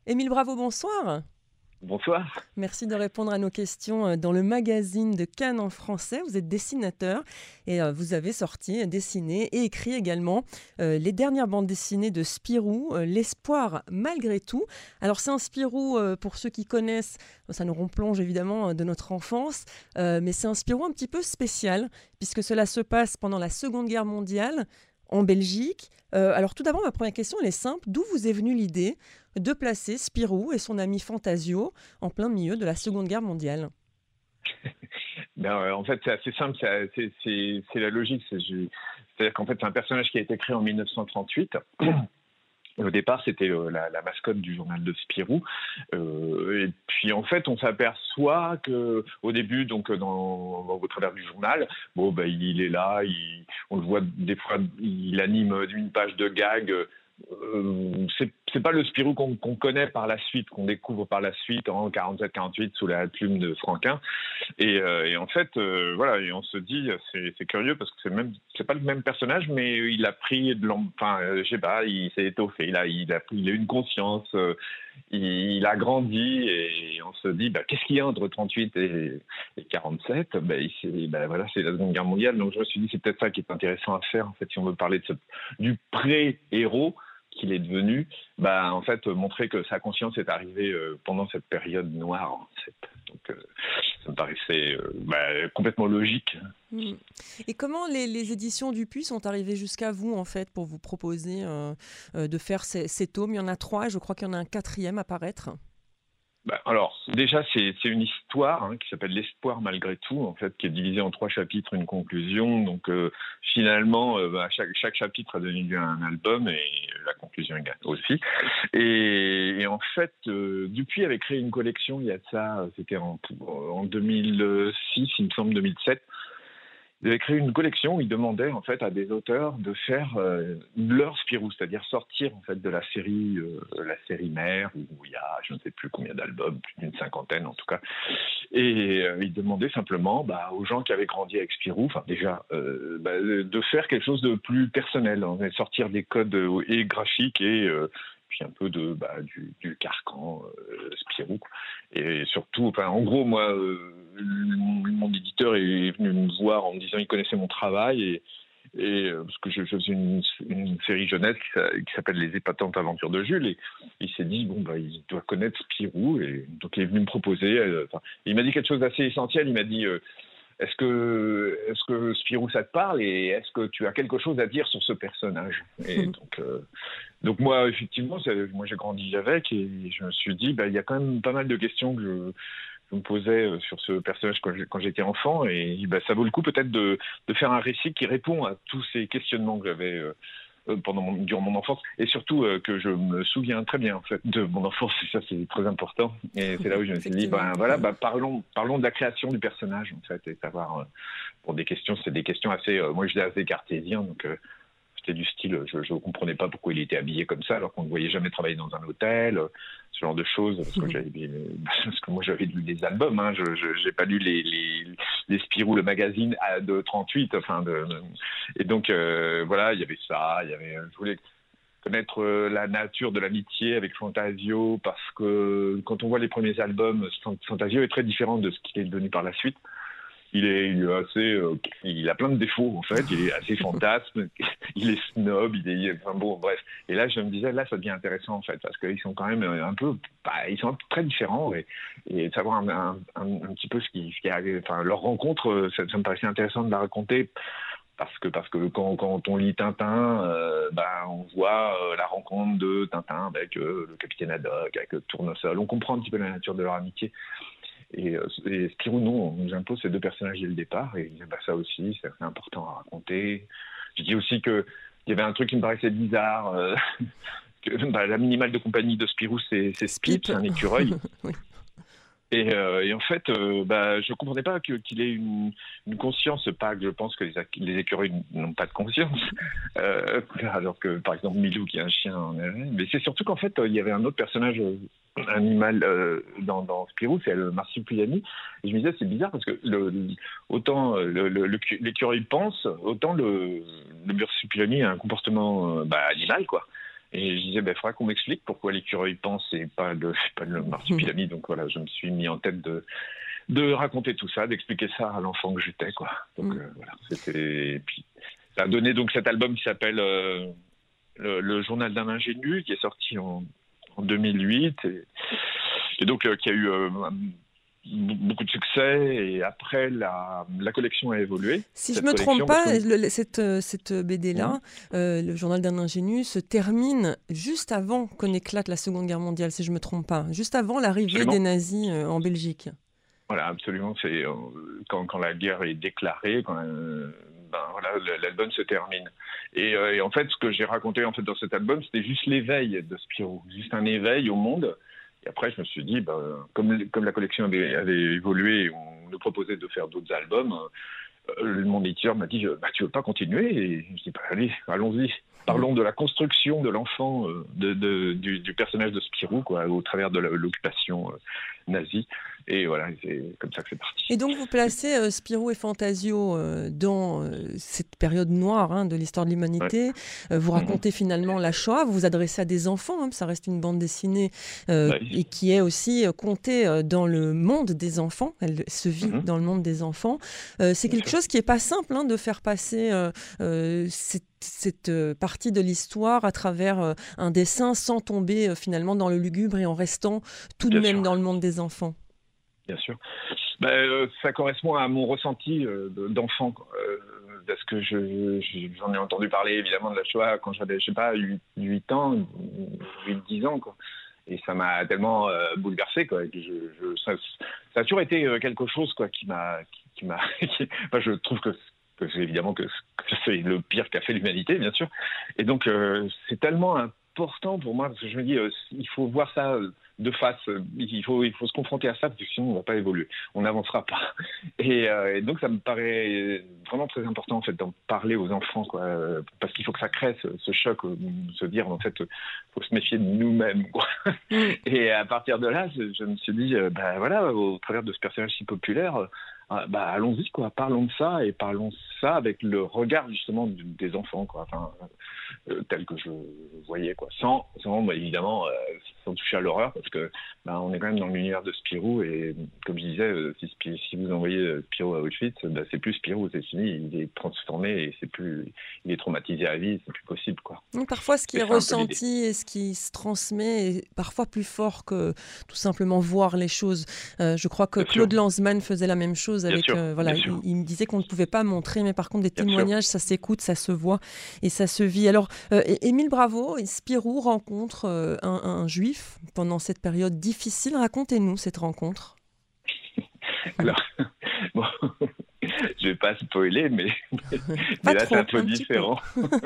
Émile Bravo, bonsoir. Bonsoir. Merci de répondre à nos questions dans le magazine de Cannes en français. Vous êtes dessinateur et vous avez sorti, dessiné et écrit également les dernières bandes dessinées de Spirou, L'espoir malgré tout. Alors c'est un Spirou, pour ceux qui connaissent, ça nous replonge évidemment de notre enfance, mais c'est un Spirou un petit peu spécial puisque cela se passe pendant la Seconde Guerre mondiale en Belgique. Alors tout d'abord, ma première question, elle est simple. D'où vous est venue l'idée de placer Spirou et son ami Fantasio en plein milieu de la Seconde Guerre mondiale? En fait, c'est assez simple, c'est la logique. C'est-à-dire qu'en fait, c'est un personnage qui a été créé en 1938. Au départ, c'était la mascotte du journal de Spirou. Et puis, en fait, on s'aperçoit que, au début, donc au travers du journal, il est là, on le voit des fois, il anime une page de gag. C'est pas le Spirou qu'on connaît par la suite, qu'on découvre par la suite en 47-48 sous la plume de Franquin. Et en fait, voilà, et on se dit, c'est curieux parce que c'est pas le même personnage, mais il a pris je sais pas, il s'est étoffé, il a eu une conscience, il a grandi, et on se dit, qu'est-ce qu'il y a entre 38 et 47? Voilà, c'est la Seconde Guerre mondiale. Donc je me suis dit, c'est peut-être ça qui est intéressant à faire, en fait, si on veut parler du pré-héros qu'il est devenu, en fait, montrer que sa conscience est arrivée pendant cette période noire, en fait. Donc, ça me paraissait complètement logique. Hmm. Et comment les éditions Dupuis sont arrivées jusqu'à vous, en fait, pour vous proposer de faire ces tomes? Il y en a 3, et je crois qu'il y en a un 4e à paraître. Alors, déjà, c'est une histoire qui s'appelle L'espoir malgré tout, en fait, qui est divisée en 3 chapitres, une conclusion. Donc, finalement, chaque chapitre a donné un album, et la conclusion aussi. Et en fait, Dupuis avait créé une collection il y a de ça, c'était en 2006, il me semble, 2007. Il avait créé une collection où il demandait en fait à des auteurs de faire leur Spirou, c'est-à-dire sortir en fait de la série mère, où il y a je ne sais plus combien d'albums, plus d'une cinquantaine en tout cas. Et il demandait simplement aux gens qui avaient grandi avec Spirou, de faire quelque chose de plus personnel, sortir des codes et graphiques et puis un peu du carcan Spirou, quoi. Et surtout, en gros, moi, mon éditeur est venu me voir en me disant qu'il connaissait mon travail, parce que je faisais une série jeunesse qui s'appelle Les épatantes aventures de Jules, et il s'est dit il doit connaître Spirou, et donc il est venu me proposer. Il m'a dit quelque chose d'assez essentiel. Il m'a dit est-ce que Spirou ça te parle, et est-ce que tu as quelque chose à dire sur ce personnage? Et donc moi, effectivement, moi j'ai grandi avec, et je me suis dit, il y a quand même pas mal de questions que je me posais sur ce personnage quand j'étais enfant, et ça vaut le coup peut-être de faire un récit qui répond à tous ces questionnements que j'avais durant mon enfance, et surtout que je me souviens très bien en fait de mon enfance, et ça c'est très important. Et c'est là où je me suis dit, Effectivement. parlons de la création du personnage, en fait, et savoir, pour des questions, c'est des questions assez, moi je dis assez cartésien, donc c'était du style, je ne comprenais pas pourquoi il était habillé comme ça alors qu'on ne le voyait jamais travailler dans un hôtel, ce genre de choses, parce que moi j'avais lu des albums, je n'ai pas lu les Spirou, le magazine de 38, et donc voilà, il y avait ça, je voulais connaître la nature de l'amitié avec Fantasio, parce que quand on voit les premiers albums, Fantasio est très différent de ce qu'il est devenu par la suite. Il a plein de défauts en fait. Il est assez fantasme, il est snob, bref. Et là, je me disais, là, ça devient intéressant en fait, parce qu'ils sont quand même ils sont très différents, et de savoir un petit peu ce qui arrive, leur rencontre, ça me paraissait intéressant de la raconter. Parce que quand on lit Tintin, on voit la rencontre de Tintin avec le capitaine Haddock, avec le Tournesol. On comprend un petit peu la nature de leur amitié. Et Spirou, non, on nous impose ces 2 personnages dès le départ, et ça aussi, c'est important à raconter. Je dis aussi qu'il y avait un truc qui me paraissait bizarre, que l'animal de compagnie de Spirou, c'est Spip, c'est un écureuil. Oui. Et en fait, je ne comprenais pas qu'il ait une conscience. Pas que je pense que les écureuils n'ont pas de conscience, alors que, par exemple, Milou, qui est un chien, en avait. Mais c'est surtout qu'en fait, il y avait un autre personnage animal dans Spirou, c'est le marsupilami. Et je me disais, c'est bizarre, parce que autant l'écureuil pense, autant le marsupilami a un comportement animal, quoi. Et je disais, il faudra qu'on m'explique pourquoi l'écureuil pense et pas le marsupilami. Donc voilà, je me suis mis en tête de raconter tout ça, d'expliquer ça à l'enfant que j'étais, quoi. Donc voilà, et puis ça a donné donc cet album qui s'appelle le Journal d'un ingénu, qui est sorti en 2008 et donc qui a eu beaucoup de succès, et après la collection a évolué. Si je ne me trompe pas, cette BD-là, le Journal d'un ingénu, se termine juste avant qu'on éclate la Seconde Guerre mondiale, si je ne me trompe pas, juste avant l'arrivée des nazis en Belgique. Voilà, absolument. C'est quand la guerre est déclarée, voilà, l'album se termine. Et en fait, ce que j'ai raconté en fait dans cet album, c'était juste l'éveil de Spirou, juste un éveil au monde. Et après, je me suis dit, comme la collection avait évolué, on nous proposait de faire d'autres albums. Mon éditeur m'a dit, tu veux pas continuer? Et je me suis dit, allez, allons-y. Parlons de la construction de l'enfant, du personnage de Spirou, quoi, au travers de l'occupation nazie. Et voilà, c'est comme ça que c'est parti. Et donc vous placez Spirou et Fantasio dans cette période noire de l'histoire de l'humanité. Vous racontez finalement la Shoah, vous vous adressez à des enfants, ça reste une bande dessinée et qui est aussi contée dans le monde des enfants. Elle se vit dans le monde des enfants. C'est quelque chose qui n'est pas simple de faire passer cette partie de l'histoire à travers un dessin sans tomber finalement dans le lugubre et en restant tout de même dans le monde des enfants. Bien sûr. Ça correspond à mon ressenti d'enfant. Parce que j'en ai entendu parler évidemment de la Shoah quand j'avais, 8 ans, 8-10 ans, quoi. Et ça m'a tellement bouleversé, quoi. Ça a toujours été quelque chose, quoi, qui m'a je trouve que c'est évidemment que c'est le pire qu'a fait l'humanité, bien sûr. Et donc c'est tellement important pour moi, parce que je me dis il faut voir ça de face, il faut se confronter à ça, parce que sinon on ne va pas évoluer, on n'avancera pas. Et donc ça me paraît vraiment très important en fait d'en parler aux enfants, quoi, parce qu'il faut que ça crée ce choc, se dire en fait faut se méfier de nous-mêmes, quoi. Et à partir de là, je me suis dit voilà, au travers de ce personnage si populaire, allons-y, quoi, parlons de ça, et parlons de ça avec le regard justement des enfants, quoi, tel que je voyais, quoi, sans évidemment sans toucher à l'horreur, parce que on est quand même dans l'univers de Spirou, et comme je disais, si vous envoyez Spirou à Auschwitz, c'est plus Spirou, c'est fini, il est transformé, et il est traumatisé à vie, c'est plus possible, quoi. Donc, parfois ce qui est ressenti et ce qui se transmet est parfois plus fort que tout simplement voir les choses. Je crois que Claude Lanzmann faisait la même chose avec il me disait qu'on ne pouvait pas montrer, mais par contre des témoignages, ça s'écoute, ça se voit et ça se vit. Alors Émile Bravo, Spirou rencontre un juif pendant cette période difficile. Racontez-nous cette rencontre. Alors, je vais pas spoiler, mais là c'est un peu différent.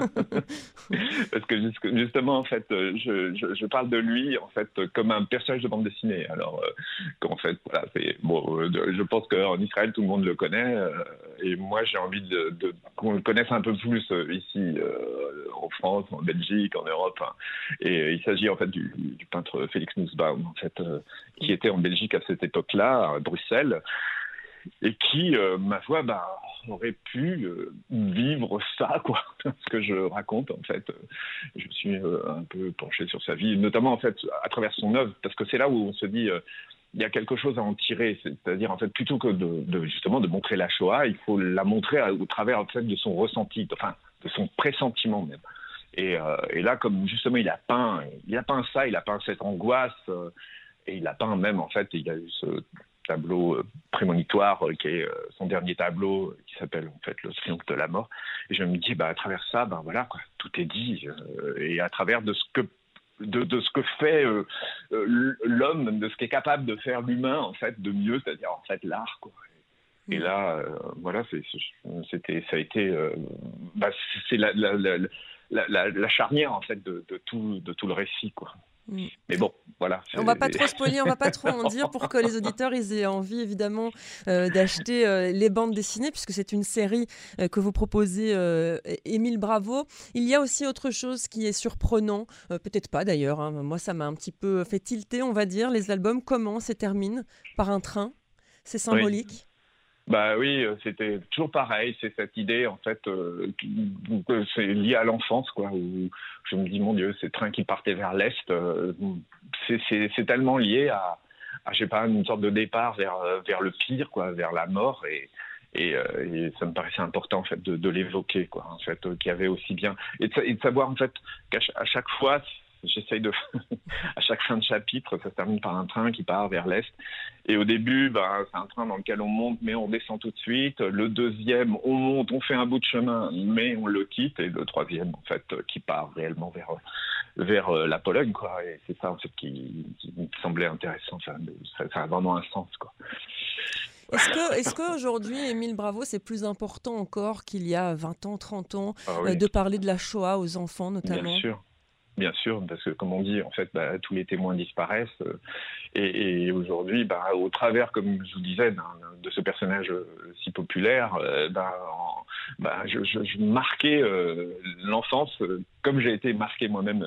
Parce que justement, en fait, je parle de lui en fait comme un personnage de bande dessinée. Alors qu'en fait, voilà, je pense qu'en Israël tout le monde le connaît, et moi j'ai envie qu'on le connaisse un peu plus ici en France, en Belgique, en Europe. Et il s'agit en fait du peintre Félix Nussbaum, en fait, qui était en Belgique à cette époque-là, à Bruxelles. Et qui, ma foi, aurait pu vivre ça, quoi, ce que je raconte, en fait. Je me suis un peu penché sur sa vie, notamment, en fait, à travers son œuvre, parce que c'est là où on se dit, il y a quelque chose à en tirer, c'est-à-dire, en fait, plutôt que justement de montrer la Shoah, il faut la montrer au travers, en fait, de son ressenti, enfin, de son pressentiment même. Et là, comme justement, il a peint ça, il a peint cette angoisse, et il a peint même, en fait, il a eu ce tableau prémonitoire qui est son dernier tableau, qui s'appelle en fait Le Triomphe de la mort. Et je me dis, à travers ça, voilà, quoi, tout est dit, et à travers de ce que fait l'homme, de ce qu'est capable de faire l'humain, en fait, de mieux, c'est-à-dire en fait l'art, quoi. Et là, voilà, ça a été, c'est la charnière en fait de tout le récit, quoi. Mais bon, voilà. On va pas trop spoiler, on va pas trop en dire pour que les auditeurs aient envie évidemment d'acheter les bandes dessinées, puisque c'est une série que vous proposez, Émile Bravo. Il y a aussi autre chose qui est surprenant, peut-être pas d'ailleurs, moi ça m'a un petit peu fait tilter, on va dire. Les albums commencent et terminent par un train, c'est symbolique. Bah oui, c'était toujours pareil. C'est cette idée, en fait, que c'est lié à l'enfance, quoi. Où je me dis, mon Dieu, ces trains qui partaient vers l'Est, c'est tellement lié je sais pas, une sorte de départ vers le pire, quoi, vers la mort. Et ça me paraissait important, en fait, de l'évoquer, quoi. En fait, qu'il y avait aussi bien... Et de savoir, en fait, qu'à chaque fois... J'essaye de, à chaque fin de chapitre, ça se termine par un train qui part vers l'Est. Et au début, c'est un train dans lequel on monte, mais on descend tout de suite. Le deuxième, on monte, on fait un bout de chemin, mais on le quitte. Et le troisième, en fait, qui part réellement vers la Pologne, quoi. Et c'est ça, en fait, qui me semblait intéressant. Ça a vraiment un sens, quoi. Est-ce qu'aujourd'hui, Émile Bravo, c'est plus important encore qu'il y a 20 ans, 30 ans, Oui. de parler de la Shoah aux enfants, notamment? Bien sûr. Bien sûr, parce que comme on dit, en fait, tous les témoins disparaissent. Et aujourd'hui, au travers, comme je vous disais, de ce personnage si populaire, je marquais l'enfance comme j'ai été marqué moi-même.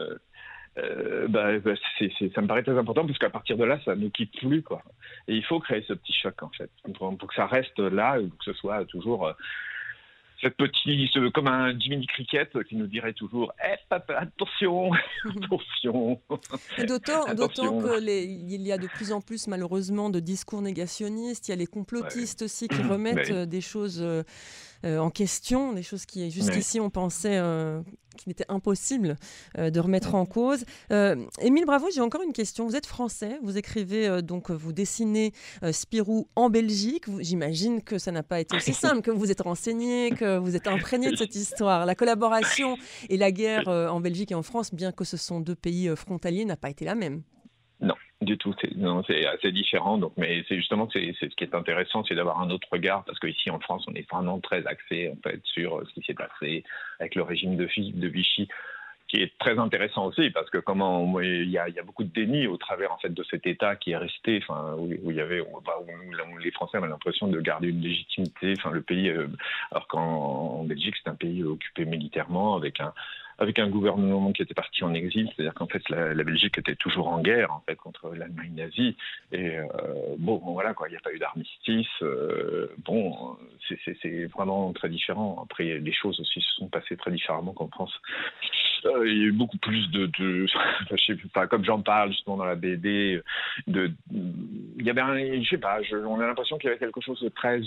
Ça me paraît très important parce qu'à partir de là, ça ne quitte plus, quoi. Et il faut créer ce petit choc, en fait, pour que ça reste là, que ce soit toujours... comme un Jiminy Cricket qui nous dirait toujours papa, attention, attention. D'autant qu'il y a de plus en plus, malheureusement, de discours négationnistes. Il y a les complotistes aussi qui remettent des choses en question, des choses qui jusqu'ici on pensait qu'il était impossible de remettre en cause. Émile Bravo, j'ai encore une question. Vous êtes français, vous écrivez, donc vous dessinez Spirou en Belgique. J'imagine que ça n'a pas été aussi simple, que vous vous êtes renseigné, que vous êtes imprégné de cette histoire. La collaboration et la guerre en Belgique et en France, bien que ce sont deux pays frontaliers, n'a pas été la même. Non, du tout. C'est assez différent. Donc, mais c'est justement c'est ce qui est intéressant, c'est d'avoir un autre regard, parce qu'ici en France, on est vraiment très axé en fait sur ce qui s'est passé avec le régime de Vichy, qui est très intéressant aussi, parce que il y a beaucoup de déni au travers en fait de cet État qui est resté, où les Français avaient l'impression de garder une légitimité, le pays, alors qu'en Belgique c'est un pays occupé militairement avec un gouvernement qui était parti en exil, c'est-à-dire qu'en fait la Belgique était toujours en guerre en fait contre l'Allemagne nazie. Et voilà quoi, il n'y a pas eu d'armistice. C'est vraiment très différent. Après les choses aussi se sont passées très différemment qu'en France. Il y a eu beaucoup plus je sais pas, comme j'en parle justement dans la BD, il y avait je sais pas, on a l'impression qu'il y avait quelque chose de très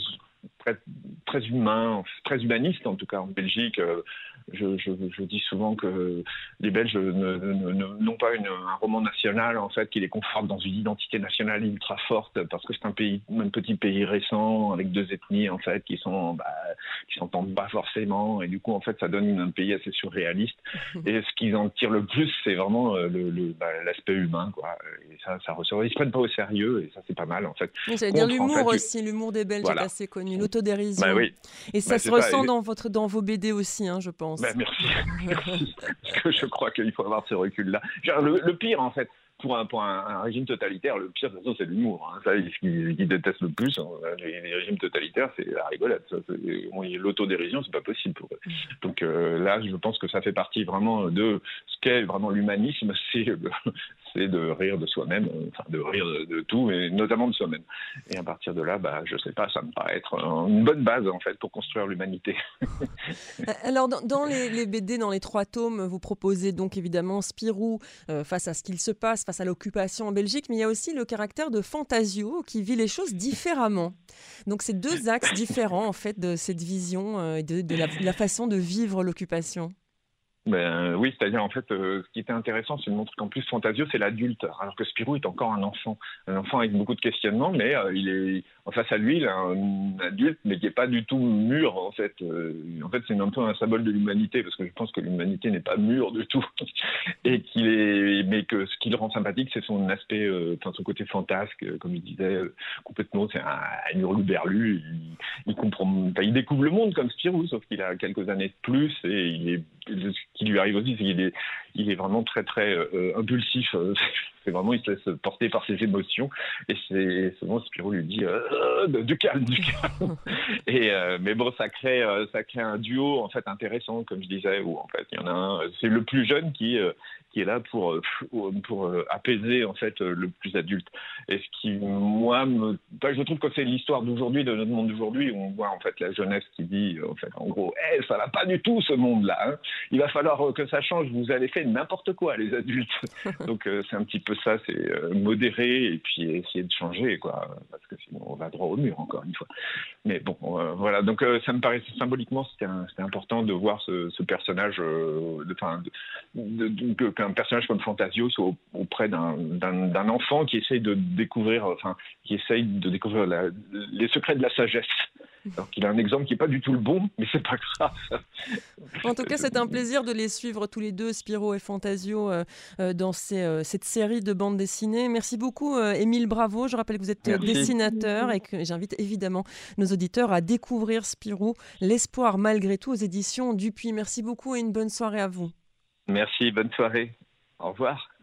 humain, très humaniste en tout cas en Belgique. Je dis souvent que les Belges n'ont pas un roman national en fait qui les conforte dans une identité nationale ultra forte, parce que c'est un petit pays récent avec deux ethnies en fait qui s'entendent pas forcément, et du coup en fait ça donne un pays assez surréaliste. Et ce qu'ils en tirent le plus, c'est vraiment l'aspect humain, quoi. Et ça ressort. Ils se prennent pas au sérieux, et ça c'est pas mal en fait. J'allais dire l'humour aussi, l'humour des Belges est assez connu, l'autodérision. Oui. Et ça se ressent dans vos BD aussi, je pense. Merci. Parce que je crois qu'il faut avoir ce recul-là. Le pire, en fait, pour un régime totalitaire, le pire, de toute façon, c'est l'humour. Ça, ce qu'ils détestent le plus, les régimes totalitaires, c'est la rigolade. L'autodérision, c'est pas possible pour eux. Donc là, je pense que ça fait partie vraiment de ce qu'est vraiment l'humanisme, c'est de rire de soi-même, de rire de tout, mais notamment de soi-même. Et à partir de là, je sais pas, ça me paraît être une bonne base, en fait, pour construire l'humanité. Alors, dans les BD, dans les 3 tomes, vous proposez donc évidemment Spirou face à ce qu'il se passe, face à l'occupation en Belgique, mais il y a aussi le caractère de Fantasio qui vit les choses différemment. Donc, c'est 2 axes différents, en fait, de cette vision et de la façon de vivre l'occupation. Oui, c'est-à-dire en fait, ce qui était intéressant, c'est de montrer qu'en plus Fantasio, c'est l'adulte, alors que Spirou est encore un enfant avec beaucoup de questionnements, mais il est en face à lui, il a un adulte, mais qui est pas du tout mûr en fait. En fait, c'est un peu un symbole de l'humanité, parce que je pense que l'humanité n'est pas mûre du tout, et mais que ce qui le rend sympathique, c'est son aspect, son côté fantasque, comme il disait, complètement, c'est un hurluberlu. Il comprend, il découvre le monde comme Spirou, sauf qu'il a quelques années de plus, et ce qui lui arrive aussi, c'est qu'il est vraiment très très impulsif. c'est vraiment, il se laisse porter par ses émotions. Et c'est souvent Spirou lui dit du calme, du calme. Mais bon, ça crée un duo en fait intéressant, comme je disais, où en fait il y en a un, c'est le plus jeune qui est là pour apaiser en fait le plus adulte. Et ce qui, moi, je trouve que c'est l'histoire d'aujourd'hui, de notre monde d'aujourd'hui, où on voit en fait la jeunesse qui dit, en fait, en gros, ça va pas du tout ce monde-là. Hein. Il va falloir que ça change. Vous allez faire n'importe quoi, les adultes. Donc c'est un petit peu ça, c'est modérer et puis essayer de changer, quoi, parce que sinon on va droit au mur encore une fois. Mais bon, voilà. Donc ça me paraissait symboliquement, c'était important de voir ce personnage, qu'un personnage comme Fantasio soit auprès d'un enfant qui essaye de découvrir, les secrets de la sagesse. Alors qu'il a un exemple qui n'est pas du tout le bon, mais c'est pas grave. En tout cas, c'est un plaisir de les suivre tous les deux, Spirou et Fantasio, dans cette série de bandes dessinées. Merci beaucoup, Émile Bravo. Je rappelle que vous êtes dessinateur et que j'invite évidemment nos auditeurs à découvrir Spirou, l'espoir malgré tout, aux éditions Dupuis. Merci beaucoup et une bonne soirée à vous. Merci, bonne soirée. Au revoir.